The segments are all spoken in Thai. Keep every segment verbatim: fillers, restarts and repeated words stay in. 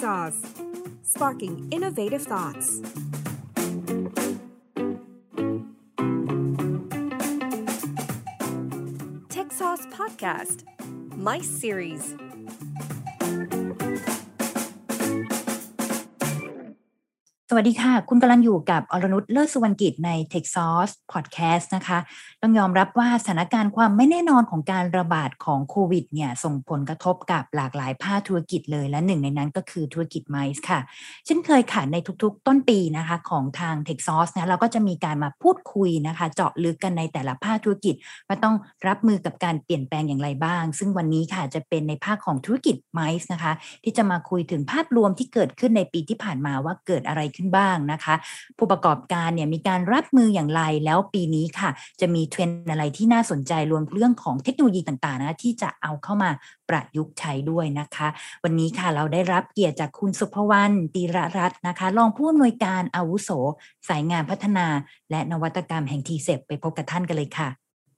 Sauce Sparking Innovative Thoughts Tech Sauce Podcast Mice Series สวัสดีค่ะคุณกำลังอยู่กับอรนุชเลิศสุวรรณกิจใน Tech Sauce Podcast นะคะต้องยอมรับว่าสถานการณ์ความไม่แน่นอนของการระบาดของโควิดเนี่ยส่งผลกระทบกับหลากหลายภาคธุรกิจเลยและหนึ่งในนั้นก็คือธุรกิจไมซ์ค่ะเช่นเคยค่ะในทุกๆต้นปีนะคะของทาง Tech Sauce นะเราก็จะมีการมาพูดคุยนะคะเจาะลึกกันในแต่ละภาคธุรกิจว่าต้องรับมือกับการเปลี่ยนแปลงอย่างไรบ้างซึ่งวันนี้ค่ะจะเป็นในภาคของธุรกิจไมซ์นะคะที่จะมาคุยถึงภาพรวมที่เกิดขึ้นในปีที่ผ่านมาว่าเกิดอะไรขึ้นบ้างนะคะผู้ประกอบการเนี่ยมีการรับมืออย่างไรแล้วปีนี้ค่ะจะมีเทรนด์อะไรที่น่าสนใจรวมเรื่องของเทคโนโลยีต่างๆนะที่จะเอาเข้ามาประยุกต์ใช้ด้วยนะคะวันนี้ค่ะเราได้รับเกียรติจากคุณสุภวรรณตีระรัตน์นะคะรองผู้อำนวยการอาวุโสสายงานพัฒนาและนวัตกรรมแห่ง ที เซ อี พี ไปพบกับท่านกันเลยค่ะ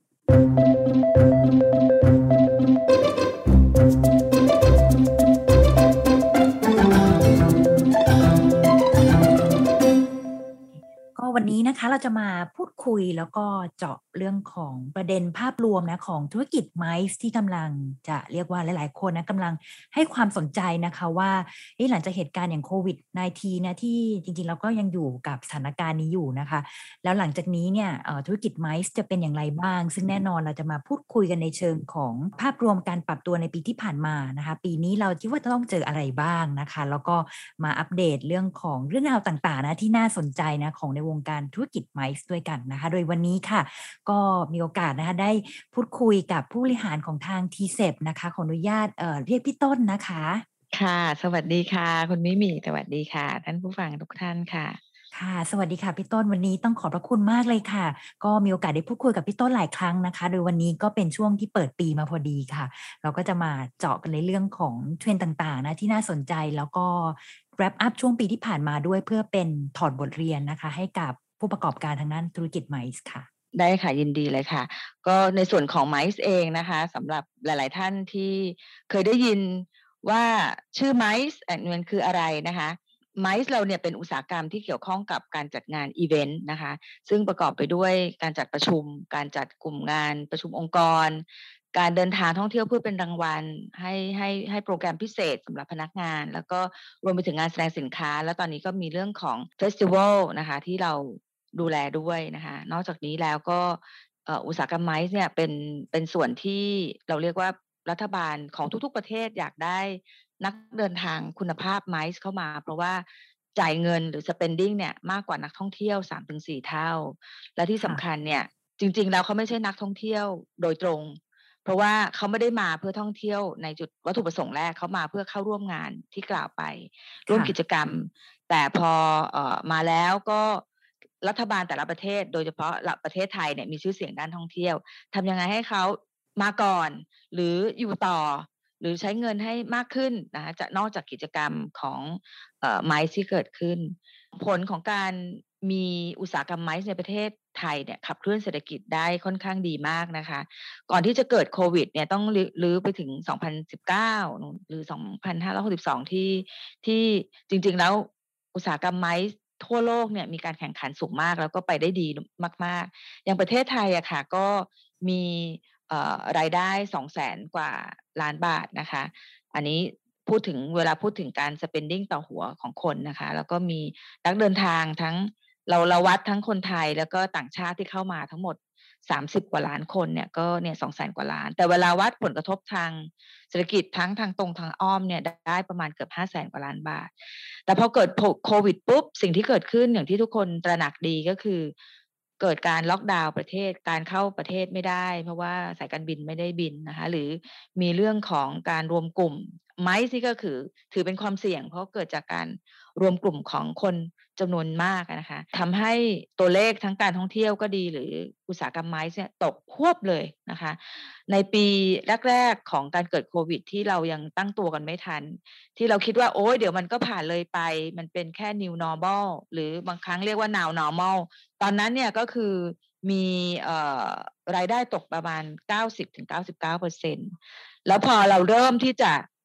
ก็วันนี้นะคะเราจะมาพูดคุยแล้วก็เจาะเรื่องของประเด็นภาพรวมนะของธุรกิจไมซ์ที่กำลังจะเรียกว่าหลายๆคนนะกำลังให้ความสนใจนะคะว่าหลังจากเหตุการณ์อย่างโควิด สิบเก้า นะที่จริงๆเราก็ยังอยู่กับสถานการณ์นี้อยู่นะคะแล้วหลังจากนี้เนี่ยธุรกิจไมซ์จะเป็นอย่างไรบ้างซึ่งแน่นอนเราจะมาพูดคุยกันในเชิงของภาพรวมการปรับตัวในปีที่ผ่านมานะคะปีนี้เราคิดว่าจะต้องเจออะไรบ้างนะคะแล้วก็มาอัปเดตเรื่องของเรื่องราวต่างๆนะที่น่าสนใจนะของในวงการธุรกิจไมซ์ด้วยกันนะคะโดยวันนี้ค่ะก็มีโอกาสนะคะได้พูดคุยกับผู้บริหารของทาง ที เซ อี พี นะคะขออนุญาตเอ่อเรียกพี่ต้นนะคะค่ะสวัสดีค่ะคุณมิมีสวัสดีค่ะท่านผู้ฟังทุกท่านค่ะค่ะสวัสดีค่ะพี่ต้นวันนี้ต้องขอบพระคุณมากเลยค่ะก็มีโอกาสได้พูดคุยกับพี่ต้นหลายครั้งนะคะโดยวันนี้ก็เป็นช่วงที่เปิดปีมาพอดีค่ะเราก็จะมาเจาะกันในเรื่องของเทรนด์ต่างๆนะที่น่าสนใจแล้วก็ wrap up ช่วงปีที่ผ่านมาด้วยเพื่อเป็นถอดบทเรียนนะคะให้กับผู้ประกอบการทางด้านธุรกิจไมซ์ค่ะได้ค่ะยินดีเลยค่ะก็ในส่วนของไมซ์เองนะคะสำหรับหลายๆท่านที่เคยได้ยินว่าชื่อไมซ์มันคืออะไรนะคะไมซ์เราเนี่ยเป็นอุตสาหกรรมที่เกี่ยวข้องกับการจัดงานอีเวนต์นะคะซึ่งประกอบไปด้วยการจัดประชุมการจัดกลุ่มงานประชุมองค์กรการเดินทางท่องเที่ยวเพื่อเป็นรางวัลให้ให้ให้โปรแกรมพิเศษสำหรับพนักงานแล้วก็รวมไปถึงงานแสดงสินค้าแล้วตอนนี้ก็มีเรื่องของเฟสติวัลนะคะที่เราดูแลด้วยนะคะนอกจากนี้แล้วก็อุตสาหกรรมไมซ์เนี่ยเป็นเป็นส่วนที่เราเรียกว่ารัฐบาลของทุกๆประเทศอยากได้นักเดินทางคุณภาพไมซ์เข้ามาเพราะว่าจ่ายเงินหรือ spending เนี่ยมากกว่านักท่องเที่ยว สามถึงสี่ เท่าและที่สำคัญเนี่ยจริงๆแล้วเขาไม่ใช่นักท่องเที่ยวโดยตรงเพราะว่าเขาไม่ได้มาเพื่อท่องเที่ยวในจุดวัตถุประสงค์แรกเขามาเพื่อเข้าร่วมงานที่กล่าวไปร่วมกิจกรรมแต่พอเอ่อมาแล้วก็รัฐบาลแต่ละประเทศโดยเฉพาะประเทศไทยเนี่ยมีชื่อเสียงด้านท่องเที่ยวทำยังไงให้เขามาก่อนหรืออยู่ต่อหรือใช้เงินให้มากขึ้นนะคะจะนอกจากกิจกรรมของเอ่อไมซ์ที่เกิดขึ้นผลของการมีอุตสาหกรรมไมซ์ในประเทศไทยเนี่ยขับเคลื่อนเศรษฐกิจได้ค่อนข้างดีมากนะคะก่อนที่จะเกิดโควิดเนี่ยต้องลื้อไปถึงสองพันสิบเก้าหรือสองพันห้าร้อยหกสิบสองที่ที่จริงๆแล้วอุตสาหกรรมไมซ์ทั่วโลกเนี่ยมีการแข่งขันสูงมากแล้วก็ไปได้ดีมากๆอย่างประเทศไทยอะค่ะก็มีรายได้สองแสนกว่าล้านบาทนะคะอันนี้พูดถึงเวลาพูดถึงการ spending ต่อหัวของคนนะคะแล้วก็มีนักเดินทางทั้งเราเราวัดทั้งคนไทยแล้วก็ต่างชาติที่เข้ามาทั้งหมดสามสิบกว่าล้านคนเนี่ยก็เนี่ยสองแสนกว่าล้านแต่เวลาวัดผลกระทบทางเศรษฐกิจทั้งทางตรงทางอ้อมเนี่ยได้ประมาณเกือบห้าแสนกว่าล้านบาทแต่พอเกิดโควิดปุ๊บสิ่งที่เกิดขึ้นอย่างที่ทุกคนตระหนักดีก็คือเกิดการล็อกดาวน์ประเทศการเข้าประเทศไม่ได้เพราะว่าสายการบินไม่ได้บินนะคะหรือมีเรื่องของการรวมกลุ่มไมซ์นี่ก็คือถือเป็นความเสี่ยงเพราะเกิดจากการรวมกลุ่มของคนจำนวนมากนะคะทำให้ตัวเลขทั้งการท่องเที่ยวก็ดีหรืออุตสาหกรรมไมซ์เนี่ยตกพรวบเลยนะคะในปีแรกๆของการเกิดโควิดที่เรายังตั้งตัวกันไม่ทันที่เราคิดว่าโอ๊ยเดี๋ยวมันก็ผ่านเลยไปมันเป็นแค่ new normal หรือบางครั้งเรียกว่า now normal ตอนนั้นเนี่ยก็คือมีรายได้ตกประมาณ เก้าสิบถึงเก้าสิบเก้าเปอร์เซ็นต์ แล้วพอเราเริ่มที่จะ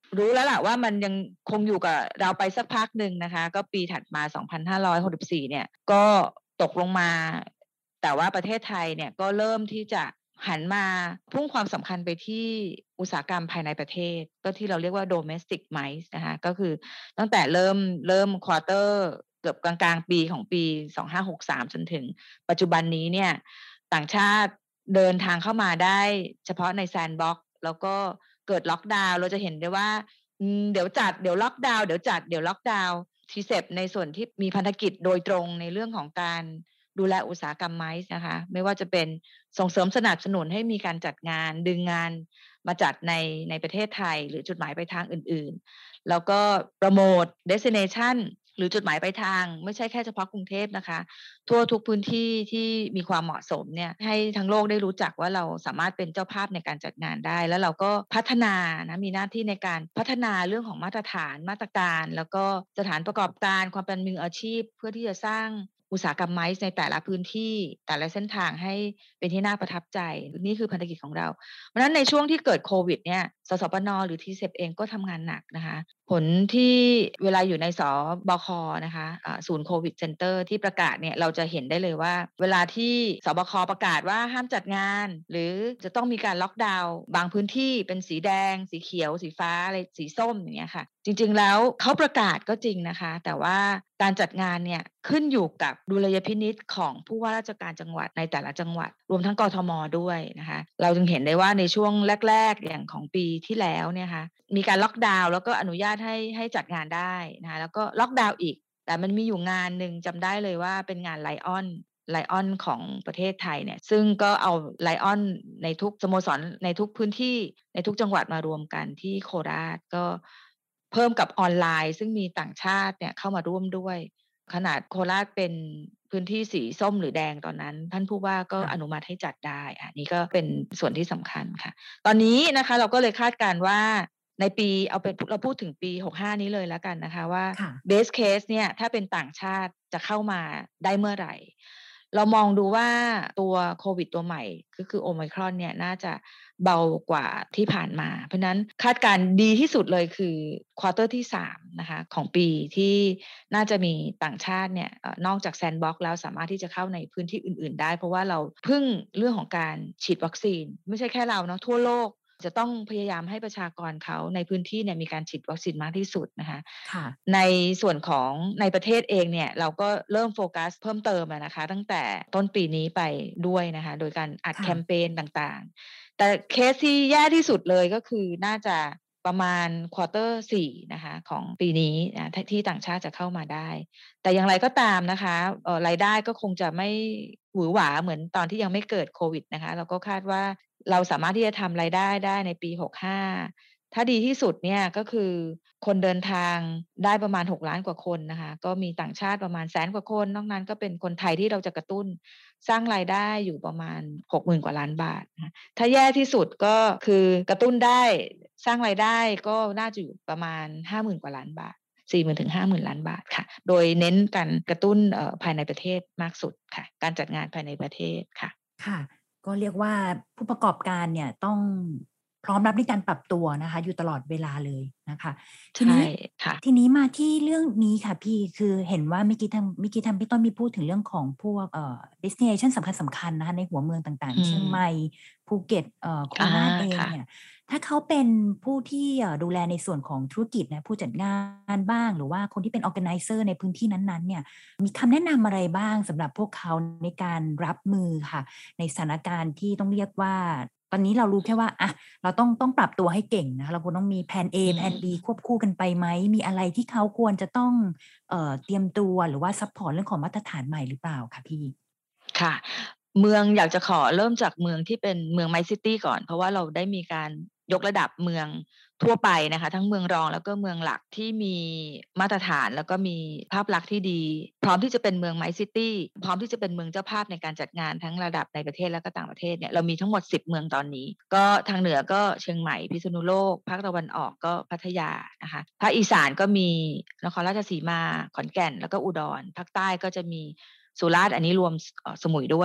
รู้แล้วล่ะว่ามันยังคงอยู่กับเราไปสักพักหนึ่งนะคะก็ปีถัดมาสองพันห้าร้อยหกสิบสี่เนี่ยก็ตกลงมาแต่ว่าประเทศไทยเนี่ยก็เริ่มที่จะหันมาพุ่งความสำคัญไปที่อุตสาหกรรมภายในประเทศก็ที่เราเรียกว่า domestic mice นะคะก็คือตั้งแต่เริ่มเริ่มควอเตอร์เกือบกลางๆปีของปีสองพันห้าร้อยหกสิบสามจนถึงปัจจุบันนี้เนี่ยต่างชาติเดินทางเข้ามาได้เฉพาะในแซนด์บ็อกซ์แล้วก็เกิดล็อกดาวน์เราจะเห็นได้ว่าเดี๋ยวจัดเดี๋ยวล็อกดาวน์เดี๋ยวจัดเดี๋ยวล็อกดาวน์ทีเซปในส่วนที่มีพันธกิจโดยตรงในเรื่องของการดูแลอุตสาหกรรมไม้นะคะไม่ว่าจะเป็นส่งเสริมสนับสนุนให้มีการจัดงานดึงงานมาจัดในในประเทศไทยหรือจุดหมายปลายทางอื่นๆแล้วก็โปรโมท destination หรือจุดหมายปลายทางไม่ใช่แค่เฉพาะกรุงเทพนะคะทั่วทุกพื้นที่ที่มีความเหมาะสมเนี่ยให้ทั้งโลกได้รู้จักว่าเราสามารถเป็นเจ้าภาพในการจัดงานได้แล้วเราก็พัฒนานะมีหน้าที่ในการพัฒนาเรื่องของมาตรฐานมาตรการแล้วก็สถานประกอบการความเป็นมืออาชีพเพื่อที่จะสร้างอุตสาหกรรมไม้ในแต่ละพื้นที่แต่ละเส้นทางให้เป็นที่น่าประทับใจนี่คือภารกิจของเราเพราะฉะนั้นในช่วงที่เกิดโควิดเนี่ยสสปนหรือ ที เซป เองก็ทำงานหนักนะคะผลที่เวลาอยู่ในสบคนะคะศูนย์โควิดเซ็นเตอร์ที่ประกาศเนี่ยเราจะเห็นได้เลยว่าเวลาที่สบคประกาศว่าห้ามจัดงานหรือจะต้องมีการล็อกดาวน์บางพื้นที่เป็นสีแดงสีเขียวสีฟ้าอะไรสีส้มอย่างเงี้ยค่ะจริงๆแล้วเขาประกาศก็จริงนะคะแต่ว่าการจัดงานเนี่ยขึ้นอยู่กับดุลยพินิจของผู้ว่าราชการจังหวัดในแต่ละจังหวัดรวมทั้งกทมด้วยนะคะเราจึงเห็นได้ว่าในช่วงแรกๆอย่างของปีที่แล้วเนี่ยค่ะมีการล็อกดาวน์แล้วก็อนุญาตให้ให้จัดงานได้นะคะแล้วก็ล็อกดาวน์อีกแต่มันมีอยู่งานหนึ่งจำได้เลยว่าเป็นงานไลออนไลออนของประเทศไทยเนี่ยซึ่งก็เอาไลออนในทุกสโมสรในทุกพื้นที่ในทุกจังหวัดมารวมกันที่โคราชก็เพิ่มกับออนไลน์ซึ่งมีต่างชาติเนี่ยเข้ามาร่วมด้วยขนาดโคราชเป็นพื้นที่สีส้มหรือแดงตอนนั้นท่านผู้ว่าก็อนุมัติให้จัดได้อันนี้ก็เป็นส่วนที่สำคัญค่ะตอนนี้นะคะเราก็เลยคาดการณ์ว่าในปีเอาเป็นเราพูดถึงปีหกสิบห้านี้เลยแล้วกันนะคะว่า base case เนี่ยถ้าเป็นต่างชาติจะเข้ามาได้เมื่อไหร่เรามองดูว่าตัวโควิดตัวใหม่ก็คือโอไมครอนเนี่ยน่าจะเบากว่าที่ผ่านมาเพราะนั้นคาดการณ์ดีที่สุดเลยคือควอเตอร์ที่สามนะคะของปีที่น่าจะมีต่างชาติเนี่ยนอกจากแซนด์บ็อกซ์แล้วสามารถที่จะเข้าในพื้นที่อื่นๆได้เพราะว่าเราพึ่งเรื่องของการฉีดวัคซีนไม่ใช่แค่เราเนาะทั่วโลกจะต้องพยายามให้ประชากรเขาในพื้นที่เนี่ยมีการฉีดวัคซีนมากที่สุดนะคะในส่วนของในประเทศเองเนี่ยเราก็เริ่มโฟกัสเพิ่มเติมนะคะตั้งแต่ต้นปีนี้ไปด้วยนะคะโดยการอัดแคมเปญต่างๆแต่เคสที่แย่ที่สุดเลยก็คือน่าจะประมาณควอเตอร์สี่นะคะของปีนี้นะที่ต่างชาติจะเข้ามาได้แต่อย่างไรก็ตามนะคะรายได้ก็คงจะไม่หวือหวาเหมือนตอนที่ยังไม่เกิดโควิดนะคะเราก็คาดว่าเราสามารถที่จะทำรายได้ได้ในปีหกสิบห้าถ้าดีที่สุดเนี่ยก็คือคนเดินทางได้ประมาณหกล้านกว่าคนนะคะก็มีต่างชาติประมาณแสนกว่าคนนอกนั้นก็เป็นคนไทยที่เราจะกระตุ้นสร้างรายได้อยู่ประมาณ หกหมื่น กว่าล้านบาทนะถ้าแย่ที่สุดก็คือกระตุ้นได้สร้างรายได้ก็น่าจะอยู่ประมาณ ห้าหมื่น กว่าล้านบาทสี่หมื่นถึงห้าหมื่นล้านบาทค่ะโดยเน้นการกระตุ้นภายในประเทศมากสุดค่ะการจัดงานภายในประเทศค่ะค่ะก็เรียกว่าผู้ประกอบการเนี่ยต้องพร้อมรับในการปรับตัวนะคะอยู่ตลอดเวลาเลยนะคะทีนี้ทีนี้มาที่เรื่องนี้ค่ะพี่คือเห็นว่าเมื่อกี้ทางเมื่อกี้ทางพี่ต้นมีพูดถึงเรื่องของพวกเอ่อ destination สำคัญสำคัญนะคะในหัวเมืองต่างๆเชียงใหม่ภูเก็ตเอ่อโคราชเองเนี่ยถ้าเขาเป็นผู้ที่ดูแลในส่วนของธุรกิจนะผู้จัดงานบ้างหรือว่าคนที่เป็น organizer ในพื้นที่นั้นๆเนี่ยมีคำแนะนำอะไรบ้างสำหรับพวกเขาในการรับมือค่ะในสถานการณ์ที่ต้องเรียกว่าตอนนี้เรารู้แค่ว่าอ่ะเราต้องต้องปรับตัวให้เก่งนะเราควรต้องมีแผน A แผน B ควบคู่กันไปไหมมีอะไรที่เขาควรจะต้องเอ่อเตรียมตัวหรือว่าซัพพอร์ตเรื่องของมาตรฐานใหม่หรือเปล่าคะพี่ค่ะเมืองอยากจะขอเริ่มจากเมืองที่เป็นเมืองไมซิตี้ก่อนเพราะว่าเราได้มีการยกระดับเมืองทั่วไปนะคะทั้งเมืองรองแล้วก็เมืองหลักที่มีมาตรฐานแล้วก็มีภาพลักษณ์ที่ดีพร้อมที่จะเป็นเมืองไมซิตี้พร้อมที่จะเป็นเมืองเจ้าภาพในการจัดงานทั้งระดับในประเทศและก็ต่างประเทศเนี่ยเรามีทั้งหมดสิบเมืองตอนนี้ก็ทางเหนือก็เชียงใหม่พิษณุโลกภาคตะวันออกก็พัทยานะคะภาคอีสานก็มีนครราชสีมาขอนแก่นแล้วก็อุดรภาคใต้ก็จะมีสุราษฎร์อันนี้รวมสมุยด้วย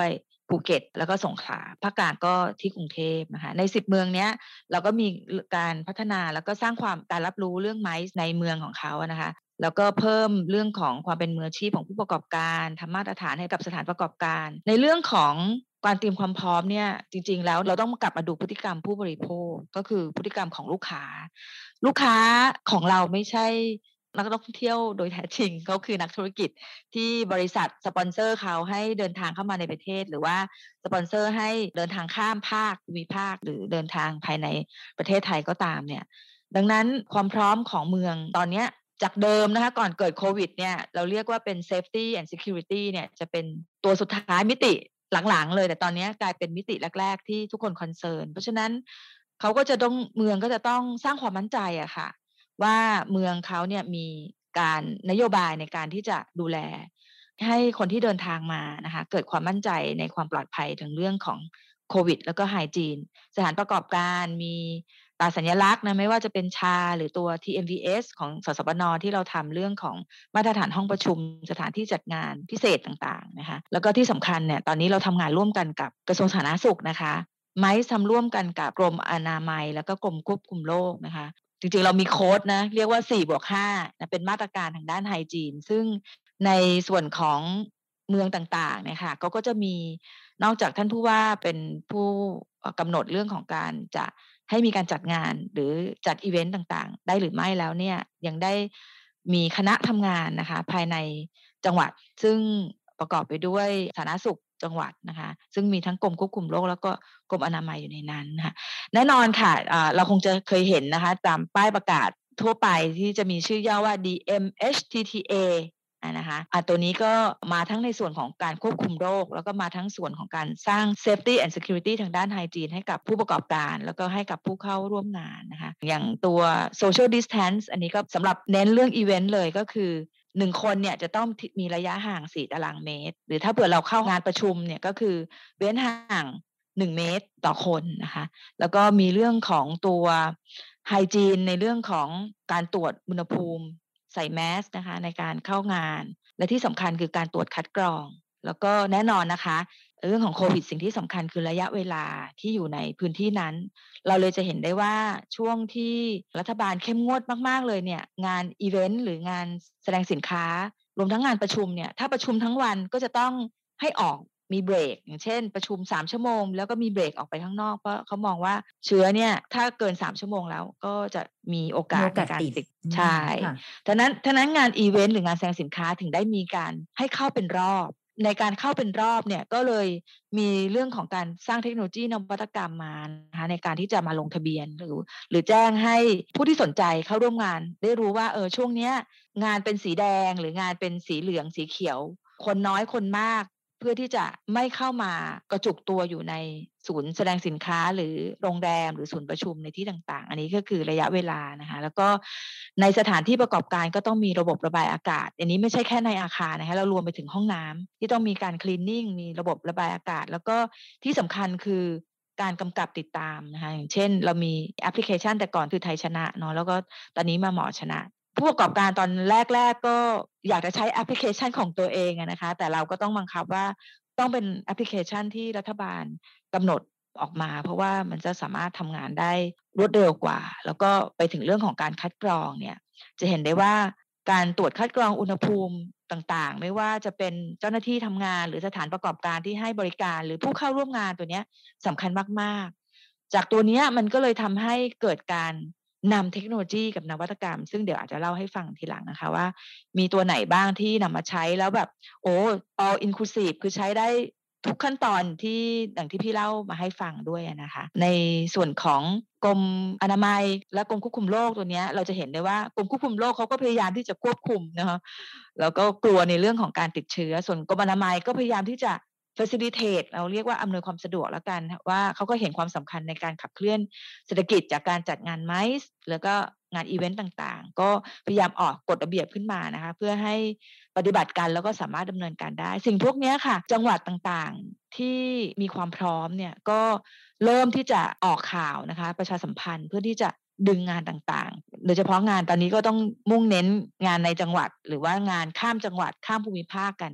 ภูเก็ตแล้วก็สงขลาภาคกลางก็ที่กรุงเทพนะคะในสิบเมืองเนี้ยเราก็มีการพัฒนาแล้วก็สร้างความการรับรู้เรื่องไมซ์ในเมืองของเขานะคะแล้วก็เพิ่มเรื่องของความเป็นมืออาชีพของผู้ประกอบการทำมาตรฐานให้กับสถานประกอบการในเรื่องของการเตรียมความพร้อมเนี่ยจริงๆแล้วเราต้องกลับมาดูพฤติกรรมผู้บริโภคก็คือพฤติกรรมของลูกค้าลูกค้าของเราไม่ใช่นักท่องเที่ยวโดยแท้จริงเขาคือนักธุรกิจที่บริษัทสปอนเซอร์เขาให้เดินทางเข้ามาในประเทศหรือว่าสปอนเซอร์ให้เดินทางข้ามภาคภูมิภาคหรือเดินทางภายในประเทศไทยก็ตามเนี่ยดังนั้นความพร้อมของเมืองตอนนี้จากเดิมนะคะก่อนเกิดโควิดเนี่ยเราเรียกว่าเป็น safety and security เนี่ยจะเป็นตัวสุดท้ายมิติหลังๆเลยแต่ตอนนี้กลายเป็นมิติแรกๆที่ทุกคนคอนเซิร์นเพราะฉะนั้นเขาก็จะต้องเมืองก็จะต้องสร้างความมั่นใจอะค่ะว่าเมืองเขาเนี่ยมีการนโยบายในการที่จะดูแลให้คนที่เดินทางมานะคะเกิดความมั่นใจในความปลอดภัยถึงเรื่องของโควิดแล้วก็ไฮจีนสถานประกอบการมีตราสัญลักษณ์นะไม่ว่าจะเป็นชาหรือตัว ที เอ็ม วี เอส ของสสปนที่เราทำเรื่องของมาตรฐานห้องประชุมสถานที่จัดงานพิเศษต่างๆนะคะแล้วก็ที่สำคัญเนี่ยตอนนี้เราทำงานร่วมกันกับกระทรวงสาธารณสุขนะคะไมซ์ทำร่วมกันกับกรมอนามัยแล้วก็กรมควบคุมโรคนะคะจริงๆเรามีโค้ดนะเรียกว่า สี่บวกห้า นะเป็นมาตรการทางด้านไฮจีนซึ่งในส่วนของเมืองต่างๆเนี่ยค่ะเขาก็จะมีนอกจากท่านผู้ว่าเป็นผู้กำหนดเรื่องของการจะให้มีการจัดงานหรือจัดอีเวนต์ต่างๆได้หรือไม่แล้วเนี่ยยังได้มีคณะทำงานนะคะภายในจังหวัดซึ่งประกอบไปด้วยสาธารณสุขจังหวัดนะคะซึ่งมีทั้งกรมควบคุมโรคแล้วก็กรมอนามัยอยู่ในนั้นนะคะแน่นอนค่ะเราคงจะเคยเห็นนะคะตามป้ายประกาศทั่วไปที่จะมีชื่อย่อว่า ดี เอ็ม เอช ที ที เอ นะคะอ่ะตัวนี้ก็มาทั้งในส่วนของการควบคุมโรคแล้วก็มาทั้งส่วนของการสร้าง safety and security ทางด้านไฮจีนให้กับผู้ประกอบการแล้วก็ให้กับผู้เข้าร่วมงานนะคะอย่างตัว social distance อันนี้ก็สำหรับเน้นเรื่องอีเวนต์เลยก็คือหนึ่งคนเนี่ยจะต้องมีระยะห่างสี่ตารางเมตรหรือถ้าเผื่อเราเข้างานประชุมเนี่ยก็คือเว้นห่างหนึ่งเมตรต่อคนนะคะแล้วก็มีเรื่องของตัวไฮจีนในเรื่องของการตรวจอุณหภูมิใส่แมสนะคะในการเข้างานและที่สำคัญคือการตรวจคัดกรองแล้วก็แน่นอนนะคะเรื่องของโควิดสิ่งที่สำคัญคือระยะเวลาที่อยู่ในพื้นที่นั้นเราเลยจะเห็นได้ว่าช่วงที่รัฐบาลเข้มงวดมากๆเลยเนี่ยงานอีเวนต์หรืองานแสดงสินค้ารวมทั้งงานประชุมเนี่ยถ้าประชุมทั้งวันก็จะต้องให้ออกมีเบรกอย่างเช่นประชุมสามชั่วโมงแล้วก็มีเบรกออกไปข้างนอกเพราะเขามองว่าเชื้อเนี่ยถ้าเกินสามชั่วโมงแล้วก็จะมีโอกาสในการติดใช่ฉะนั้นฉะนั้นงานอีเวนต์หรืองานแสดงสินค้าถึงได้มีการให้เข้าเป็นรอบในการเข้าเป็นรอบเนี่ยก็เลยมีเรื่องของการสร้างเทคโนโลยีนวัตกรรมมานะคะในการที่จะมาลงทะเบียนหรือหรือแจ้งให้ผู้ที่สนใจเข้าร่วมงานได้รู้ว่าเออช่วงเนี้ยงานเป็นสีแดงหรืองานเป็นสีเหลืองสีเขียวคนน้อยคนมากเพื่อที่จะไม่เข้ามากระจุกตัวอยู่ในศูนย์แสดงสินค้าหรือโรงแรมหรือศูนย์ประชุมในที่ต่างๆอันนี้ก็คือระยะเวลานะคะแล้วก็ในสถานที่ประกอบการก็ต้องมีระบบระบายอากาศอันนี้ไม่ใช่แค่ในอาคารนะคะเรารวมไปถึงห้องน้ำที่ต้องมีการคลีนนิ่งมีระบบระบายอากาศแล้วก็ที่สำคัญคือการกำกับติดตามนะคะอย่างเช่นเรามีแอปพลิเคชันแต่ก่อนคือไทยชนะเนาะแล้วก็ตอนนี้มาหมอชนะผู้ประกอบการตอนแรกๆก็อยากจะใช้แอปพลิเคชันของตัวเองนะคะแต่เราก็ต้องบังคับว่าต้องเป็นแอปพลิเคชันที่รัฐบาลกำหนดออกมาเพราะว่ามันจะสามารถทำงานได้รวดเร็วกว่าแล้วก็ไปถึงเรื่องของการคัดกรองเนี่ยจะเห็นได้ว่าการตรวจคัดกรองอุณหภูมิต่างๆไม่ว่าจะเป็นเจ้าหน้าที่ทำงานหรือสถานประกอบการที่ให้บริการหรือผู้เข้าร่วมงานตัวนี้สำคัญมากๆจากตัวนี้มันก็เลยทำให้เกิดการนำเทคโนโลยีกับนวัตกรรมซึ่งเดี๋ยวอาจจะเล่าให้ฟังทีหลังนะคะว่ามีตัวไหนบ้างที่นำมาใช้แล้วแบบโอ้ all inclusive คือใช้ได้ทุกขั้นตอนที่อย่างที่พี่เล่ามาให้ฟังด้วยนะคะในส่วนของกรมอนามัยและกรมควบคุมโรคตัวนี้เราจะเห็นได้ว่ากรมควบคุมโรคเขาก็พยายามที่จะควบคุมนะคะแล้วก็กลัวในเรื่องของการติดเชื้อส่วนกรมอนามัยก็พยายามที่จะfacilitate เราเรียกว่าอำนวยความสะดวกแล้วกันว่าเขาก็เห็นความสำคัญในการขับเคลื่อนเศรษฐกิจจากการจัดงานไมซ์แล้วก็งานอีเวนต์ต่างๆก็พยายามออกกฎระเบียบขึ้นมานะคะเพื่อให้ปฏิบัติการแล้วก็สามารถดำเนินการได้สิ่งพวกนี้ค่ะจังหวัดต่างๆที่มีความพร้อมเนี่ยก็เริ่มที่จะออกข่าวนะคะประชาสัมพันธ์เพื่อที่จะดึงงานต่างๆโดยเฉพาะงานตอนนี้ก็ต้องมุ่งเน้นงานในจังหวัดหรือว่างานข้ามจังหวัดข้ามภูมิภาคกัน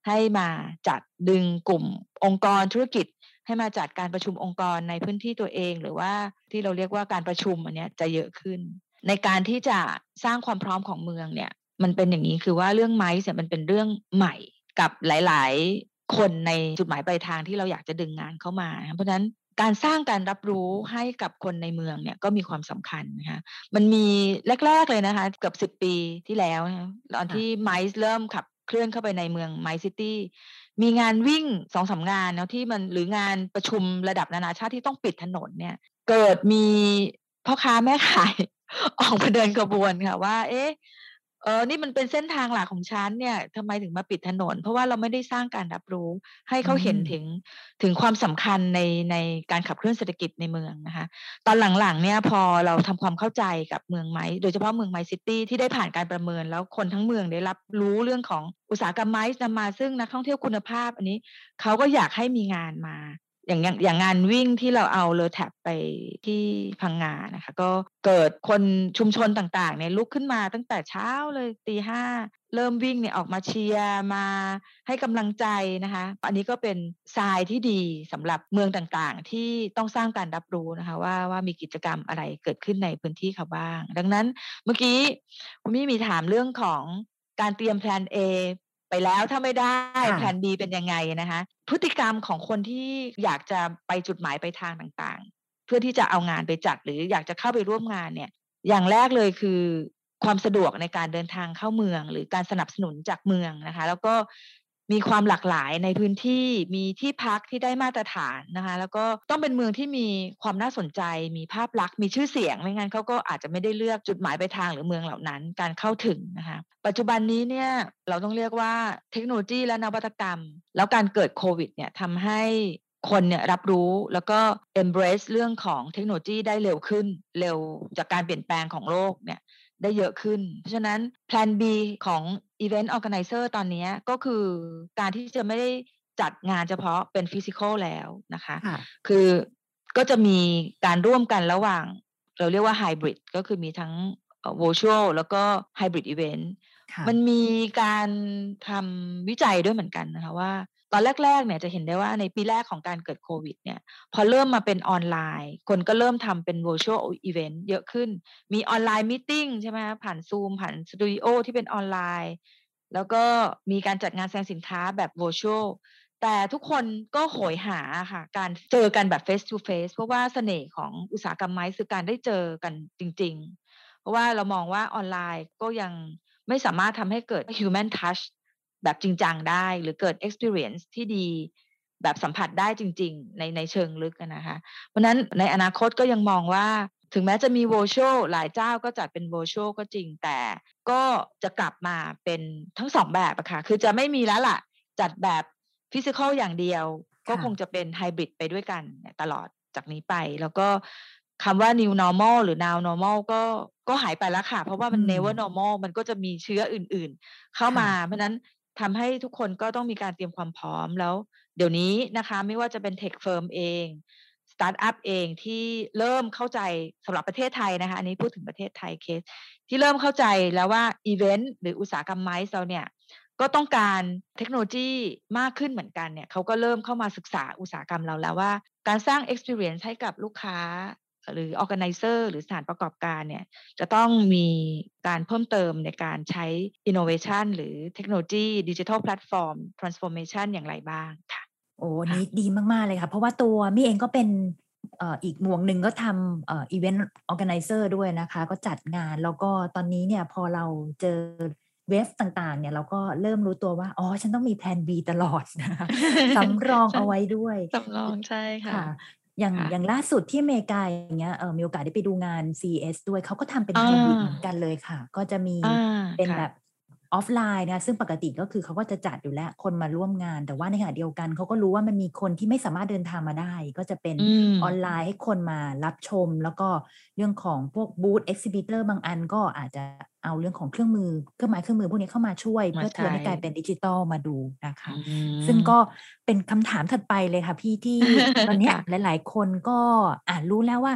ให้มาจัดดึงกลุ่มองค์กรธุรกิจให้มาจัดการประชุมองค์กรในพื้นที่ตัวเองหรือว่าที่เราเรียกว่าการประชุมอันเนี้ยจะเยอะขึ้นในการที่จะสร้างความพร้อมของเมืองเนี่ยมันเป็นอย่างนี้คือว่าเรื่องไมซ์เนี่ยมันเป็นเรื่องใหม่กับหลายๆคนในจุดหมายปลายทางที่เราอยากจะดึงงานเข้ามาเพราะฉะนั้นการสร้างการรับรู้ให้กับคนในเมืองเนี่ยก็มีความสำคัญนะคะมันมีแรกๆเลยนะคะเกือบสิบปีที่แล้วนะตอนที่ไมซ์เริ่มขับเคลื่อนเข้าไปในเมืองไมซ์ซิตี้มีงานวิ่ง สองถึงสาม งานเนาะที่มันหรืองานประชุมระดับนานาชาติที่ต้องปิดถนนเนี่ยเกิดมีพ่อค้าแม่ขาย ออกมาเดินขบวนค่ะว่าเอ๊ะเออนี่มันเป็นเส้นทางหลักของฉันเนี่ยทำไมถึงมาปิดถนนเพราะว่าเราไม่ได้สร้างการรับรู้ให้เขาเห็นถึงถึงความสำคัญในในการขับเคลื่อนเศรษฐกิจในเมืองนะคะตอนหลังๆเนี่ยพอเราทำความเข้าใจกับเมืองไมซ์โดยเฉพาะเมืองไมซ์ซิตี้ที่ได้ผ่านการประเมินแล้วคนทั้งเมืองได้รับรู้เรื่องของอุตสาหกรรมไมซ์นำมาซึ่งนักท่องเที่ยวคุณภาพอันนี้เขาก็อยากให้มีงานมาอย่างอย่างอย่างงานวิ่งที่เราเอาเลอแท็บไปที่พังงานะคะก็เกิดคนชุมชนต่างๆเนี่ยลุกขึ้นมาตั้งแต่เช้าเลยตีห้าเริ่มวิ่งเนี่ยออกมาเชียร์มาให้กำลังใจนะคะอันนี้ก็เป็นทรายที่ดีสำหรับเมืองต่างๆที่ต้องสร้างการรับรู้นะคะว่าว่ามีกิจกรรมอะไรเกิดขึ้นในพื้นที่เขาบ้างดังนั้นเมื่อกี้คุณมี่มีถามเรื่องของการเตรียมแผน Aไปแล้วถ้าไม่ได้แผน B เป็นยังไงนะคะพฤติกรรมของคนที่อยากจะไปจุดหมายไปทางต่างๆเพื่อที่จะเอางานไปจัดหรืออยากจะเข้าไปร่วมงานเนี่ยอย่างแรกเลยคือความสะดวกในการเดินทางเข้าเมืองหรือการสนับสนุนจากเมืองนะคะแล้วก็มีความหลากหลายในพื้นที่มีที่พักที่ได้มาตรฐานนะคะแล้วก็ต้องเป็นเมืองที่มีความน่าสนใจมีภาพลักษณ์มีชื่อเสียงไม่งั้นเขาก็อาจจะไม่ได้เลือกจุดหมายปลายทางหรือเมืองเหล่านั้นการเข้าถึงนะคะปัจจุบันนี้เนี่ยเราต้องเรียกว่าเทคโนโลยีและนวัตกรรมแล้วการเกิดโควิดเนี่ยทำให้คนเนี่ยรับรู้แล้วก็ embrace เรื่องของเทคโนโลยีได้เร็วขึ้นเร็วจากการเปลี่ยนแปลงของโลกเนี่ยได้เยอะขึ้นเพราะฉะนั้น Plan B ของ Event Organizer ตอนนี้ก็คือการที่จะไม่ได้จัดงานเฉพาะเป็น Physical แล้วนะคะคือก็จะมีการร่วมกันระหว่างเราเรียกว่า Hybrid ก็คือมีทั้ง Virtual แล้วก็ Hybrid Event มันมีการทำวิจัยด้วยเหมือนกันนะคะว่าตอนแรกๆเนี่ยจะเห็นได้ว่าในปีแรกของการเกิดโควิดเนี่ยพอเริ่มมาเป็นออนไลน์คนก็เริ่มทำเป็น virtual event เยอะขึ้นมีออนไลน์มีตติ้งใช่ไหมคะผ่าน Zoom ผ่านสตูดิโอที่เป็นออนไลน์แล้วก็มีการจัดงานแสดงสินค้าแบบ virtual แต่ทุกคนก็โหยหาค่ะการเจอกันแบบ face to face เพราะว่าเสน่ห์ของอุตสาหกรรมไม้คือการได้เจอกันจริงๆเพราะว่าเรามองว่าออนไลน์ก็ยังไม่สามารถทำให้เกิด human touchแบบจริงจังได้หรือเกิด experience ที่ดีแบบสัมผัสได้จริงๆในในเชิงลึกนะคะเพราะนั้นในอนาคตก็ยังมองว่าถึงแม้จะมี virtual หลายเจ้าก็จัดเป็น virtual ก็จริงแต่ก็จะกลับมาเป็นทั้งสองแบบอะค่ะคือจะไม่มีแล้วล่ะจัดแบบ physical อย่างเดียวก็คงจะเป็น hybrid ไปด้วยกันตลอดจากนี้ไปแล้วก็คำว่า new normal หรือ now normal ก็ก็หายไปแล้วค่ะเพราะว่ามัน never normal มันก็จะมีเชื้ออื่นๆเข้ามาเพราะนั้นทำให้ทุกคนก็ต้องมีการเตรียมความพร้อมแล้วเดี๋ยวนี้นะคะไม่ว่าจะเป็น Tech Firm เองสตาร์ทอัพเองที่เริ่มเข้าใจสำหรับประเทศไทยนะคะอันนี้พูดถึงประเทศไทยเคสที่เริ่มเข้าใจแล้วว่าอีเวนต์หรืออุตสาหกรรมไมซ์เราเนี่ยก็ต้องการเทคโนโลยีมากขึ้นเหมือนกันเนี่ยเขาก็เริ่มเข้ามาศึกษาอุตสาหกรรมเราแล้วว่าการสร้าง experience ให้กับลูกค้าหรือ organizer หรือสถานประกอบการเนี่ยจะต้องมีการเพิ่มเติมในการใช้ innovation หรือเทคโนโลยี digital platform transformation อย่างไรบ้างค่ะโอ้นี้ดีมากๆเลยค่ะเพราะว่าตัวมี่เองก็เป็นเอ่ออีกหมวกหนึ่งก็ทำเอ่อ event organizer ด้วยนะคะก็จัดงานแล้วก็ตอนนี้เนี่ยพอเราเจอเวฟต่างๆเนี่ยเราก็เริ่มรู้ตัวว่าอ๋อฉันต้องมีแผน B ตลอดนะคะสำรองเอาไว้ด้วยสำรองใช่ค่ะอย่างอย่างล่าสุดที่อเมริกาอย่างเงี้ยเออมีโอกาสได้ไปดูงาน ซี เอส ด้วยเขาก็ทำเป็นไฮบริดเหมือนกันเลยค่ะก็จะมีเป็นแบบออฟไลน์นะซึ่งปกติก็คือเขาก็จะจัดอยู่แล้วคนมาร่วมงานแต่ว่าในขณะเดียวกันเขาก็รู้ว่ามันมีคนที่ไม่สามารถเดินทางมาได้ก็จะเป็นออนไลน์ให้คนมารับชมแล้วก็เรื่องของพวกบูธเอ็กซิบิเตอร์บางอันก็อาจจะเอาเรื่องของเครื่องมือเครื่องไม้เครื่องมือพวกนี้เข้ามาช่วยเพื่อเทิร์นให้กลายเป็นดิจิตอลมาดูนะคะซึ่งก็เป็นคำถามถัดไปเลยค่ะพี่ที่ตอนนี้หลายๆคนก็อ่านรู้แล้วว่า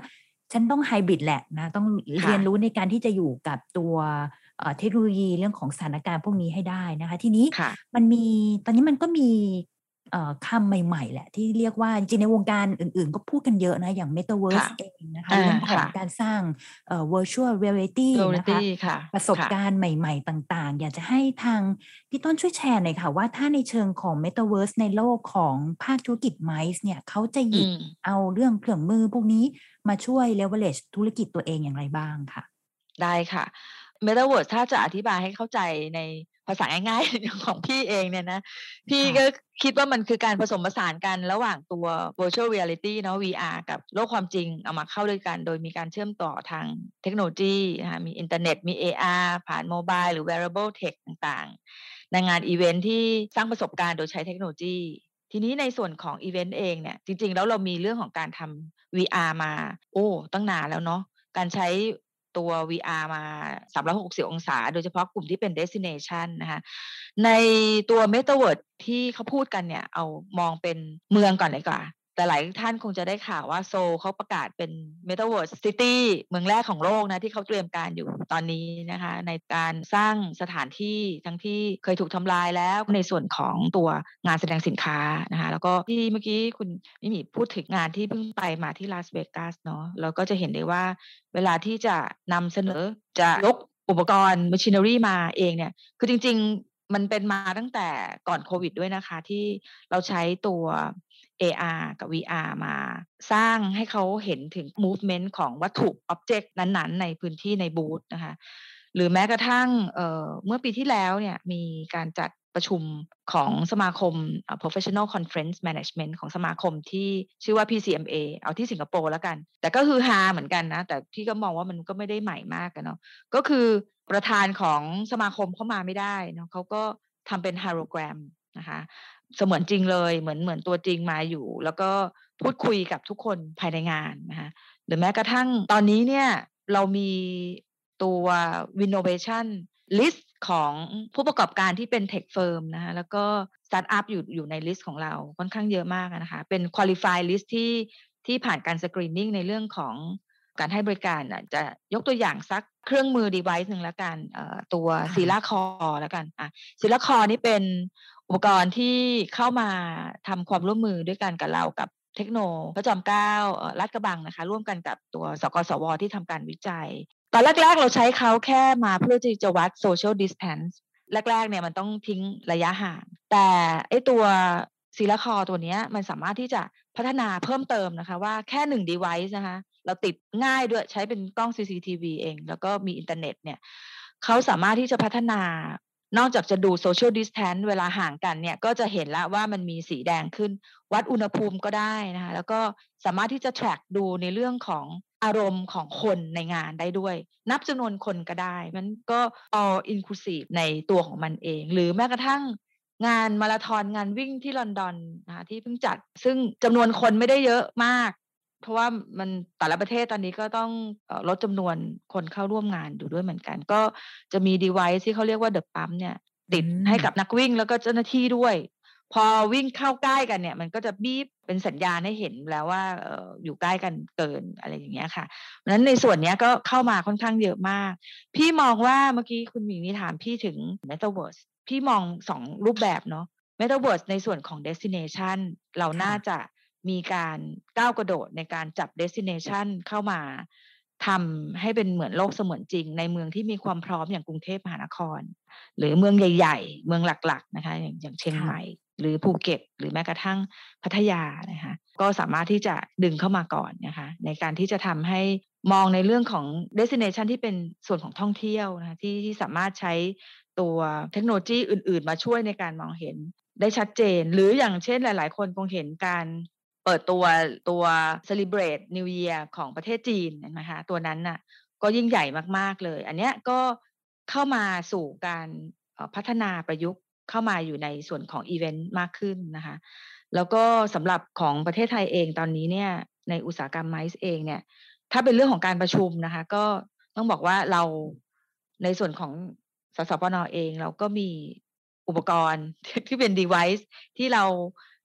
ฉันต้องไฮบริดแหละนะต้องเรียนค่ะรู้ในการที่จะอยู่กับตัวเอ่อเทคโนโลยีเรื่องของสถานการณ์พวกนี้ให้ได้นะคะทีนี้ค่ะมันมีตอนนี้มันก็มีเอ่อคำใหม่ๆแหละที่เรียกว่าจริงๆในวงการอื่นๆก็พูดกันเยอะนะอย่างค่ะ Metaverse เองนะคะอาเรื่องของค่ะการสร้างเอ่อ Virtual Reality นะคะ Reality ค่ะประสบค่ะการณ์ใหม่ๆต่างๆ อยากจะให้ทางพี่ต้นช่วยแชร์หน่อยค่ะว่าถ้าในเชิงของ Metaverse ในโลกของภาคธุรกิจ ไมซ์ เนี่ยเขาจะหอืยิบมเอาเรื่องเครื่องมือพวกนี้มาช่วย leverage ธุรกิจตัวเองอย่างไรบ้างค่ะได้ค่ะ Metaverse ถ้าจะอธิบายให้เข้าใจในภาษาง่ายๆ ของพี่เองเนี่ยนะ พี่ค่ะก็คิดว่ามันคือการผสมผสานกันระหว่างตัว Virtual Reality เนาะ วี อาร์ กับโลกความจริงเอามาเข้าด้วยกัน โดยมีการเชื่อมต่อทางเทคโนโลยีนะคะมีอินเทอร์เน็ต มี เอ อาร์ ผ่านโมบายหรือ Wearable Tech ต่างๆ ในงานอิเวนต์ที่สร้างประสบการณ์โดยใช้เทคโนโลยี ทีนี้ในส่วนของอิเวนต์เองเนี่ย จริงๆ แล้วเรามีเรื่องของการทำ วี อาร์ มา โอ้ ตั้งนานแล้วเนาะ การใช้ตัว วี อาร์ มา สามร้อยหกสิบ องศา โดยเฉพาะกลุ่มที่เป็น Destination นะคะ ในตัว Metaverse ที่เขาพูดกันเนี่ย เอามองเป็นเมืองก่อนดีกว่า แต่หลายท่านคงจะได้ข่าวว่าโซลเขาประกาศเป็น Metaverse City เมืองแรกของโลกนะที่เขาเตรียมการอยู่ตอนนี้นะคะ ในการสร้างสถานที่ทั้งที่เคยถูกทำลายแล้วในส่วนของตัวงานแสดงสินค้านะคะ แล้วก็ที่เมื่อกี้คุณมิมิพูดถึงงานที่เพิ่งไปมาที่ลาสเวกัสเนาะ เราก็จะเห็นได้ว่าเวลาที่จะนำเสนอจะยกอุปกรณ์ machinery มาเองเนี่ย คือจริงๆมันเป็นมาตั้งแต่ก่อนโควิดด้วยนะคะที่เราใช้ตัว เอ อาร์ กับ วี อาร์ มาสร้างให้เขาเห็นถึง movement ของวัตถุ อ็อบเจกต์นั้นๆในพื้นที่ในบูธนะคะ หรือแม้กระทั่งเอ่อเมื่อปีที่แล้วเนี่ยมีการจัดประชุมของสมาคมอ่า Professional Conference Management ของสมาคมที่ชื่อว่า พี ซี เอ็ม เอ เอาที่สิงคโปร์แล้วกัน แต่ก็ฮือฮาเหมือนกันนะ แต่พี่ก็มองว่ามันก็ไม่ได้ใหม่มากอะเนาะ ก็คือประธานของสมาคมเข้ามาไม่ได้เนาะ เขาก็ทำเป็น Hologram นะคะ เสมือนจริงเลย เหมือน เหมือนตัวจริงมาอยู่ แล้วก็พูดคุยกับทุกคนภายในงานนะคะ หรือแม้กระทั่งตอนนี้เนี่ยเรามีตัว Vinnovation List ของผู้ประกอบการที่เป็น Tech Firm นะคะ แล้วก็สตาร์ตอัปอยู่ อยู่ในลิสต์ของเราค่อนข้างเยอะมากอะนะคะ เป็น Qualify List ที่ ที่ผ่านการ Screening ในเรื่องของการให้บริการน่ะ จะยกตัวอย่างสักเครื่องมือ device หนึ่งแล้วกัน เอ่อ ตัวค่ะ Sila Core แล้วกัน อะ Sila Core นี่เป็นอุปกรณ์ที่เข้ามาทำความร่วมมือด้วยกันกับเรากับเทคโนพระจอมเกล้า เอ่อ ลาดกระบังนะคะ ร่วมกันกับตัว สกสว. ที่ทำการวิจัย ตอนแรก ๆ เราใช้เขาแค่มาเพื่อที่จะวัด Social Distance แรก ๆ เนี่ยมันต้องทิ้งระยะห่าง แต่ไอ้ตัว Sila Core ตัวเนี้ยมันสามารถที่จะพัฒนาเพิ่มเติมนะคะว่าแค่ หนึ่ง device นะคะ เราติดง่ายด้วย ใช้เป็นกล้อง ซี ซี ที วี เอง แล้วก็มีอินเทอร์เน็ตเนี่ย เขาสามารถที่จะพัฒนา นอกจากจะดู Social Distance เวลาห่างกันเนี่ย ก็จะเห็นแล้วว่ามันมีสีแดงขึ้น วัดอุณหภูมิก็ได้นะคะ แล้วก็สามารถที่จะ track ดูในเรื่องของอารมณ์ของคนในงานได้ด้วย นับจำนวนคนก็ได้ มันก็ all inclusive ในตัวของมันเอง หรือแม้กระทั่งงานมาราธอน งานวิ่งที่ลอนดอนนะคะ ที่เพิ่งจัด ซึ่งจำนวนคนไม่ได้เยอะมาก เพราะว่ามันแต่ละประเทศตอนนี้ก็ต้อง เอ่อ ลดจำนวนคนเข้าร่วมงานอยู่ด้วยเหมือนกัน ก็จะมี device ที่เขาเรียกว่า The Pump เนี่ยอืติดให้กับมนักวิ่งแล้วก็เจ้าหน้าที่ด้วย พอวิ่งเข้าใกล้กันเนี่ย มันก็จะบีปเป็นสัญญาณให้เห็นแล้วว่า เอ่อ อยู่ใกล้กันเกิน อะไรอย่างเงี้ยค่ะ เพราะฉะนั้นในส่วนเนี้ยก็เข้ามาค่อนข้างเยอะมาก พี่มองว่าเมื่อกี้คุณหมีมีถามพี่ถึง Metaverse พี่มอง สอง รูปแบบเนาะ Metaverse ในส่วนของ Destination เราค่น่าะจะมีการก้าวกระโดดในการจับ Destination เข้ามาทำให้เป็นเหมือนโลกเสมือนจริงในเมืองที่มีความพร้อมอย่างกรุงเทพมหานคร หรือเมืองใหญ่ ๆ เมืองหลัก ๆ นะคะ อย่าง อย่างเชียงค่ใหมะ่ หรือภูเก็ต หรือแม้กระทั่งพัทยานะคะ ก็สามารถที่จะดึงเข้ามาก่อนนะคะ ในการที่จะทำให้มองในเรื่องของ Destination ที่เป็นส่วนของท่องเที่ยวนะคะ ที่ ที่สามารถใช้ตัวเทคโนโลยีอื่น ๆ มาช่วยในการมองเห็นได้ชัดเจน หรืออย่างเช่นหลาย ๆ คนคงเห็นการเปิดตัว ตัว Celebrate New Year ของประเทศจีนเห็นไหมคะ ตัวนั้นน่ะก็ยิ่งใหญ่มาก ๆ เลย อันเนี้ยก็เข้ามาสู่การ เอ่อ พัฒนาประยุกต์เข้ามาอยู่ในส่วนของอิเวนต์มากขึ้นนะคะ แล้วก็สำหรับของประเทศไทยเองตอนนี้เนี่ย ในอุตสาหกรรม ไมซ์ เองเนี่ย ถ้าเป็นเรื่องของการประชุมนะคะ ก็ต้องบอกว่าเรา ในส่วนของ สสปน. เอง เราก็มีอุปกรณ์ ที่เป็น device ที่เรา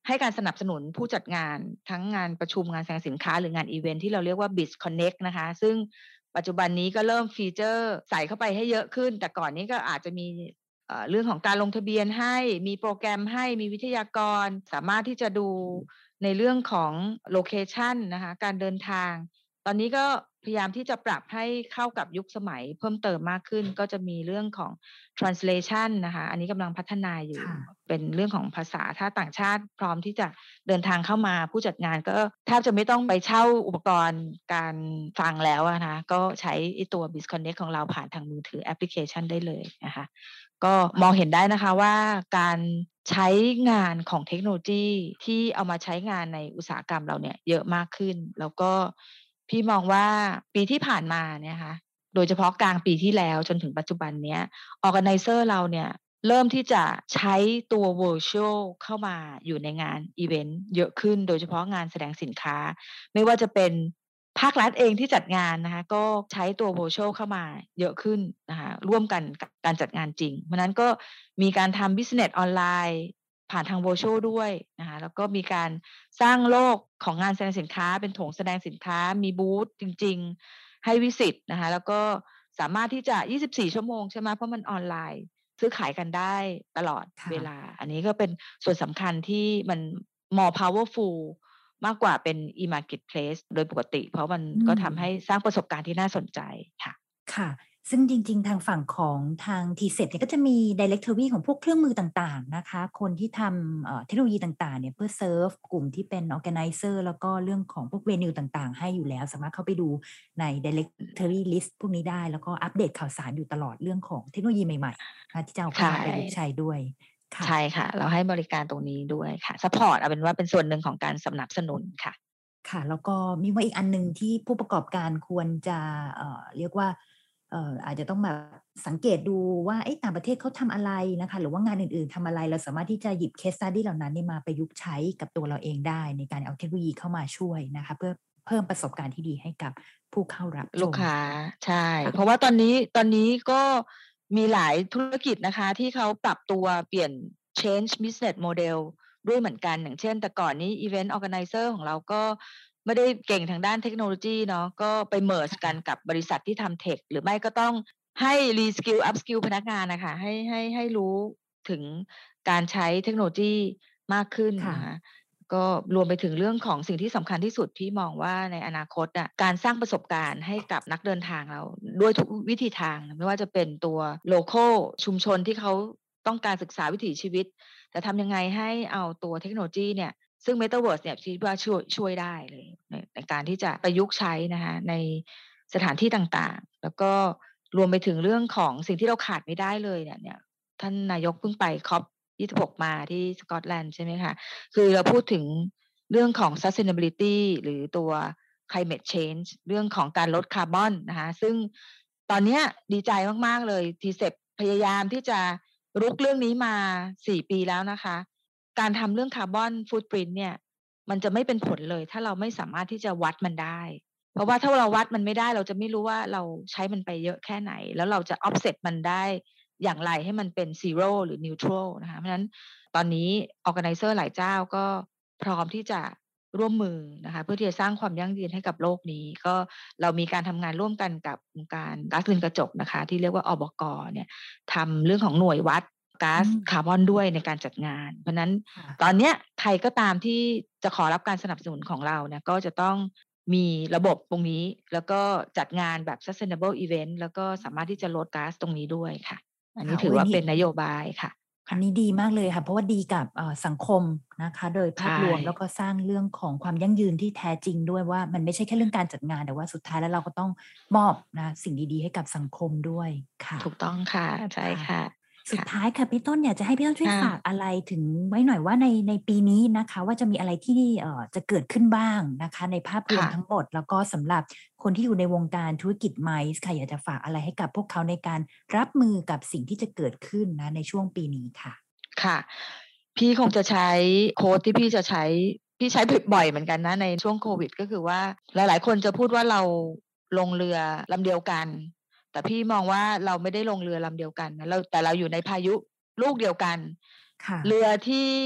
ให้การสนับสนุนผู้จัดงานทั้งงานประชุมงานแสดงสินค้าหรืองานอีเวนท์ที่เราเรียกว่า Biz Connect นะคะซึ่งปัจจุบันนี้ก็เริ่มฟีเจอร์ใส่เข้าไปให้เยอะขึ้นแต่ก่อนนี้ก็อาจจะมีเรื่องของการลงทะเบียนให้มีโปรแกรมให้มีวิทยากรสามารถที่จะดูในเรื่องของโลเคชันนะคะการเดินทางตอนนี้ก็พยายามที่จะปรับให้เข้ากับยุคสมัยเพิ่มเติมมากขึ้นก็จะมีเรื่องของ translation นะคะอันนี้กำลังพัฒนาอยู่เป็นเรื่องของภาษาถ้าต่างชาติพร้อมที่จะเดินทางเข้ามาผู้จัดงานก็แทบจะไม่ต้องไปเช่าอุปกรณ์การฟังแล้วนะก็ใช้ตัว Biz Connect ของเราผ่านทางมือถือแอปพลิเคชันได้เลยนะคะก็มองเห็นได้นะคะว่าการใช้งานของเทคโนโลยีที่เอามาใช้งานในอุตสาหกรรมเราเนี่ยเยอะมากขึ้นแล้วก็พี่มองว่าปีที่ผ่านมาเนี่ยค่ะโดยเฉพาะกลางปีที่แล้วจนถึงปัจจุบันเนี้ย Organizer เราเนี่ยเริ่มที่จะใช้ตัว Virtual เข้ามาอยู่ในงานอีเวนต์เยอะขึ้นโดยเฉพาะงานแสดงสินค้าไม่ว่าจะเป็นภาครัฐเองที่จัดงานนะคะก็ใช้ตัว Virtual เข้ามาเยอะขึ้นนะคะร่วมกันกับการจัดงานจริงเพราะนั้นก็มีการทำ Business ออนไลน์ผ่านทาง Virtual ด้วยนะคะแล้วก็มีการสร้างโลกของงานแสดงสินค้าเป็นโถงแสดงสินค้ามีบูธจริงๆให้วิสิตนะคะแล้วก็สามารถที่จะยี่สิบสี่ชั่วโมงใช่ไหมเพราะมันออนไลน์ซื้อขายกันได้ตลอดเวลาอันนี้ก็เป็นส่วนสำคัญที่มัน more powerful มากกว่าเป็น e-marketplace โดยปกติเพราะมันก็ทำให้สร้างประสบการณ์ที่น่าสนใจค่ะค่ะซึ่งจริงๆทางฝั่งของทาง ที เซ อี เนี่ยก็จะมี directory ของพวกเครื่องมือต่างๆนะคะคนที่ทำเทคโนโลยีต่างๆเนี่ยเพื่อเซิร์ฟกลุ่มที่เป็น organizer แล้วก็เรื่องของพวกเวนิวต่างๆให้อยู่แล้วสามารถเข้าไปดูใน directory list พวกนี้ได้แล้วก็อัปเดตข่าวสารอยู่ตลอดเรื่องของเทคโนโลยีใหม่ๆนะที่จะเอาเข้ามาประยุกต์ใช้ด้วยใช่ค่ะเราให้บริการตรงนี้ด้วยค่ะ support เอาเป็นว่าเป็นส่วนหนึ่งของการสนับสนุนค่ะค่ะแล้วก็มีว่าอีกอันนึงที่ผู้ประกอบการควรจะเอ่อเรียกว่าเอ่ออาจจะต้องแบบสังเกตดูว่าต่างประเทศเขาทำอะไรนะคะหรือว่างานอื่นๆทำอะไรเราสามารถที่จะหยิบ case study เหล่านั้นมาประยุกต์ใช้กับตัวเราเองได้ในการเอาเทคโนโลยีเข้ามาช่วยนะคะเพื่อเพิ่มประสบการณ์ที่ดีให้กับผู้เข้ารับชมลูกค้าใช่เพราะว่าตอนนี้ตอนนี้ก็มีหลายธุรกิจนะคะที่เขาปรับตัวเปลี่ยน change business model ด้วยเหมือนกันอย่างเช่นแต่ก่อนนี้ event organizer ของเราก็ไม่ได้เก่งทางด้านเทคโนโลยีเนาะก็ไป merge กันกับบริษัทที่ทำเทคหรือไม่ก็ต้องให้ reskill upskill พนักงานนะคะให้ให้ให้รู้ถึงการใช้เทคโนโลยีมากขึ้นนะคะก็รวมไปถึงเรื่องของสิ่งที่สำคัญที่สุดที่มองว่าในอนาคตอ่ะการสร้างประสบการณ์ให้กับนักเดินทางเราด้วยทุกวิธีทางไม่ว่าจะเป็นตัว local ชุมชนที่เขาต้องการศึกษาวิถีชีวิตแต่ทำยังไงให้เอาตัวเทคโนโลยีเนี่ยซึ่ง Metaverse เนี่ยคิดว่าช่วยช่วยได้เลยในในการที่จะประยุกต์ใช้นะคะในสถานที่ต่างๆแล้วก็รวมไปถึงเรื่องของสิ่งที่เราขาดไม่ได้เลยเนี่ยเนี่ยท่านนายกเพิ่งไปคอปยี่สิบหกมาที่สกอตแลนด์ใช่ไหมคะคือเราพูดถึงเรื่องของ sustainability หรือตัว climate change เรื่องของการลดคาร์บอนนะคะซึ่งตอนนี้ดีใจมากๆเลย ที เซ อี พยายามที่จะรุกเรื่องนี้มาสี่ปีแล้วนะคะการทำเรื่องคาร์บอนฟุตปรินท์เนี่ยมันจะไม่เป็นผลเลยถ้าเราไม่สามารถที่จะวัดมันได้เพราะว่าถ้าเราวัดมันไม่ได้เราจะไม่รู้ว่าเราใช้มันไปเยอะแค่ไหนแล้วเราจะ offset มันได้อย่างไรให้มันเป็น zero หรือ neutral นะคะเพราะฉะนั้นตอนนี้ organizer หลายเจ้าก็พร้อมที่จะร่วมมือนะคะเพื่อที่จะสร้างความยั่งยืนให้กับโลกนี้ก็เรามีการทำงานร่วมกันกับองค์การก๊าซเรือนกระจกนะคะที่เรียกว่าอบก.เนี่ยทำเรื่องของหน่วยวัดก๊าซคาร์บอนด้วยในการจัดงานเพราะนั้นตอนนี้ใครก็ตามที่จะขอรับการสนับสนุนของเราเนี่ยก็จะต้องมีระบบตรงนี้แล้วก็จัดงานแบบ sustainable event แล้วก็สามารถที่จะลดก๊าซตรงนี้ด้วยค่ะอันนี้ถือว่าเป็นนโยบายค่ะอันนี้ดีมากเลยค่ะเพราะว่าดีกับสังคมนะคะโดยภาพรวมแล้วก็สร้างเรื่องของความยั่งยืนที่แท้จริงด้วยว่ามันไม่ใช่แค่เรื่องการจัดงานแต่ว่าสุดท้ายแล้วเราก็ต้องมอบนะสิ่งดีๆให้กับสังคมด้วยค่ะถูกต้องค่ะใช่ค่ะสุดท้ายค่ะพี่ต้นอยากจะให้พี่ต้นช่วยฝากอะไรถึงไว้หน่อยว่าในในปีนี้นะคะว่าจะมีอะไรที่เอ่อจะเกิดขึ้นบ้างนะคะในภาพรวมทั้งหมดแล้วก็สำหรับคนที่อยู่ในวงการธุรกิจไมซ์ค่ะอยากจะฝากอะไรให้กับพวกเขาในการรับมือกับสิ่งที่จะเกิดขึ้นนะในช่วงปีนี้ค่ะค่ะพี่คงจะใช้โค้ดที่พี่จะใช้พี่ใช้บ่อยเหมือนกันนะในช่วงโควิดก็คือว่าหลายๆคนจะพูดว่าเราลงเรือลำเดียวกันแต่พี่มองว่าเราไม่ได้ลงเรือลำเดียวกันนะเราแต่เราอยู่ในพายุลูกเดียวกันเรือที่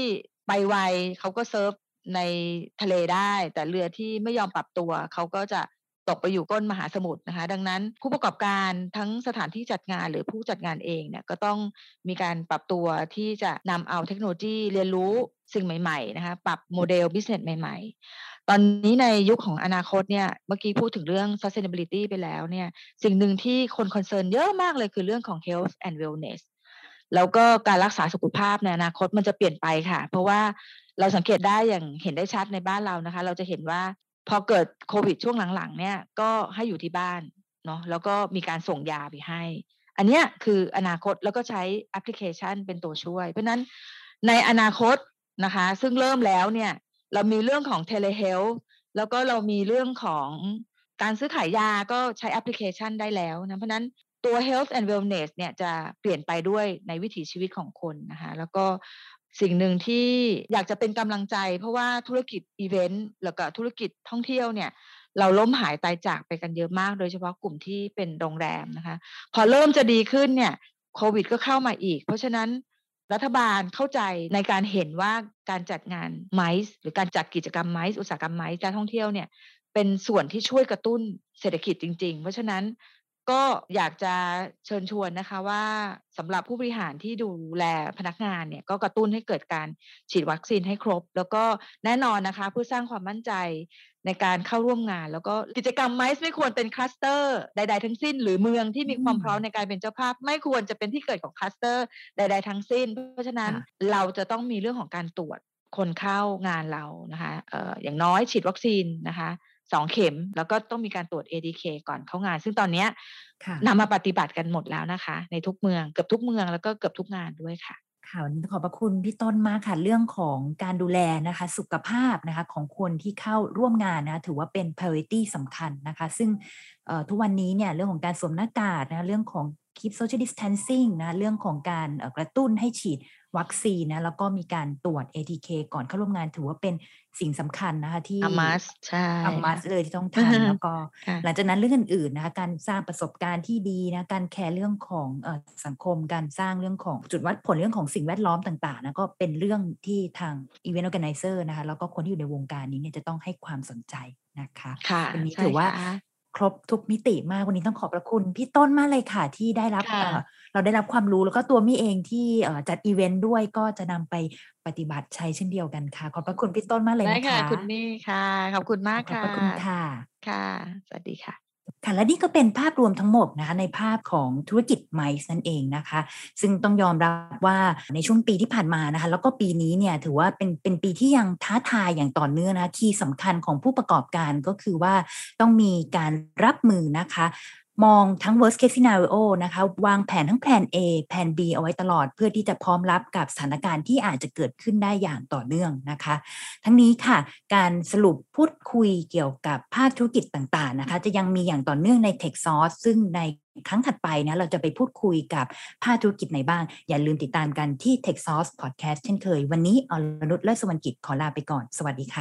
ไปไวเขาก็เซิร์ฟในทะเลได้แต่เรือที่ไม่ยอมปรับตัวเขาก็จะตกไปอยู่ก้นมหาสมุทรนะคะดังนั้นผู้ประกอบการทั้งสถานที่จัดงานหรือผู้จัดงานเองเนี่ยก็ต้องมีการปรับตัวที่จะนำเอาเทคโนโลยีเรียนรู้สิ่งใหม่ๆนะคะปรับโมเดล business ใหม่ๆตอนนี้ในยุคของอนาคตเนี่ยเมื่อกี้พูดถึงเรื่อง sustainability ไปแล้วเนี่ยสิ่งหนึ่งที่คนคอนเซิร์นเยอะมากเลยคือเรื่องของ health and wellness แล้วก็การรักษาสุขภาพในอนาคตมันจะเปลี่ยนไปค่ะเพราะว่าเราสังเกตได้อย่างเห็นได้ชัดในบ้านเรานะคะเราจะเห็นว่าพอเกิดโควิดช่วงหลังๆเนี่ยก็ให้อยู่ที่บ้านเนาะแล้วก็มีการส่งยาไปให้อันเนี้ยคืออนาคตแล้วก็ใช้แอปพลิเคชันเป็นตัวช่วยเพราะนั้นในอนาคตนะคะซึ่งเริ่มแล้วเนี่ยเรามีเรื่องของ telehealth แล้วก็เรามีเรื่องของการซื้อขายยาก็ใช้แอปพลิเคชันได้แล้วนะเพราะนั้นตัว health and wellness เนี่ยจะเปลี่ยนไปด้วยในวิถีชีวิตของคนนะคะแล้วก็สิ่งหนึ่งที่อยากจะเป็นกำลังใจเพราะว่าธุรกิจอีเวนต์แล้วก็ธุรกิจท่องเที่ยวเนี่ยเราล้มหายตายจากไปกันเยอะมากโดยเฉพาะกลุ่มที่เป็นโรงแรมนะคะพอเริ่มจะดีขึ้นเนี่ยโควิดก็เข้ามาอีกเพราะฉะนั้นรัฐบาลเข้าใจในการเห็นว่าการจัดงานไมซ์หรือการจัดกิจกรรมไมซ์อุตสาหกรรมไมซ์การท่องเที่ยวเนี่ยเป็นส่วนที่ช่วยกระตุ้นเศรษฐกิจจริงๆเพราะฉะนั้นก็อยากจะเชิญชวนนะคะว่าสำหรับผู้บริหารที่ดูแลพนักงานเนี่ยก็กระตุ้นให้เกิดการฉีดวัคซีนให้ครบแล้วก็แน่นอนนะคะเพื่อสร้างความมั่นใจในการเข้าร่วมงานแล้วก็กิจกรรมไมซ์ไม่ควรเป็นคลัสเตอร์ใดๆทั้งสิ้นหรือเมืองที่มีความพร้อมในการเป็นเจ้าภาพไม่ควรจะเป็นที่เกิดของคลัสเตอร์ใดๆทั้งสิ้นเพราะฉะนั้นเราจะต้องมีเรื่องของการตรวจคนเข้างานเรานะคะเอ่ออย่างน้อยฉีดวัคซีนนะคะสองเข็มแล้วก็ต้องมีการตรวจ เอ ที เค ก่อนเข้างานซึ่งตอนนี้นำมาปฏิบัติกันหมดแล้วนะคะในทุกเมืองเกือบทุกเมืองแล้วก็เกือบทุกงานด้วยค่ะค่ะขอบพระคุณพี่ต้นมากค่ะเรื่องของการดูแลนะคะสุขภาพนะคะของคนที่เข้าร่วมงานนะถือว่าเป็น priority สำคัญนะคะซึ่งทุกวันนี้เนี่ยเรื่องของการสวมหน้ากากนะเรื่องของ keep social distancing นะเรื่องของการกระตุ้นให้ฉีดวัคซีนนะแล้วก็มีการตรวจ เอ ที เค ก่อนเข้าร่วมงานถือว่าเป็นสิ่งสำคัญนะคะที่ a must ใช่ a must เลยที่ต้องทำแล้วก็หลังจากนั้นเรื่องอื่นๆนะคะการสร้างประสบการณ์ที่ดีนะการแคร์เรื่องของเอ่อสังคมการสร้างเรื่องของจุดวัดผลเรื่องของสิ่งแวดล้อมต่างๆนะก็เป็นเรื่องที่ทาง event organizer นะคะแล้วก็คนที่อยู่ในวงการนี้เนี่ยจะต้องให้ความสนใจนะคะวันนี้ถือว่าครบทุกมิติมากวันนี้ต้องขอบพระคุณพี่ต้นมากเลยค่ะที่ได้รับเอ่อเราได้รับความรู้แล้วก็ตัวมี่เองที่เอ่อจัดอีเวนต์ด้วยก็จะนำไปปฏิบัติใช้เช่นเดียวกันค่ะขอบพระคุณพี่ต้นมากเลยนะคะได้ค่ะคุณมี่ค่ะขอบคุณมากค่ะขอบพระคุณค่ะค่ะสวัสดีค่ะค่ะและนี่ก็เป็นภาพรวมทั้งหมดนะคะในภาพของธุรกิจไมซ์นั่นเองนะคะซึ่งต้องยอมรับว่าในช่วงปีที่ผ่านมานะคะแล้วก็ปีนี้เนี่ยถือว่าเป็นเป็นปีที่ยังท้าทายอย่างต่อเนื่องนะคีย์สำคัญของผู้ประกอบการก็คือว่าต้องมีการรับมือนะคะมองทั้ง worst case scenario นะคะวางแผนทั้งแผน A แผน B เอาไว้ตลอดเพื่อที่จะพร้อมรับกับสถานการณ์ที่อาจจะเกิดขึ้นได้อย่างต่อเนื่องนะคะทั้งนี้ค่ะการสรุปพูดคุยเกี่ยวกับภาคธุรกิจต่างๆนะคะจะยังมีอย่างต่อเนื่องใน TechSauce ซึ่งในครั้งถัดไปนะเราจะไปพูดคุยกับภาคธุรกิจไหนบ้างอย่าลืมติดตามกันที่ TechSauce Podcast เช่นเคยวันนี้อรนุช เลิศสุวรรณกิจขอลาไปก่อนสวัสดีค่ะ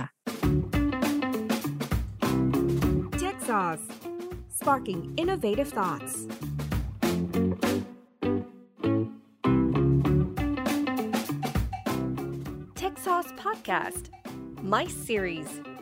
TechSauce Sparking innovative thoughts. TechSauce Podcast, My Series.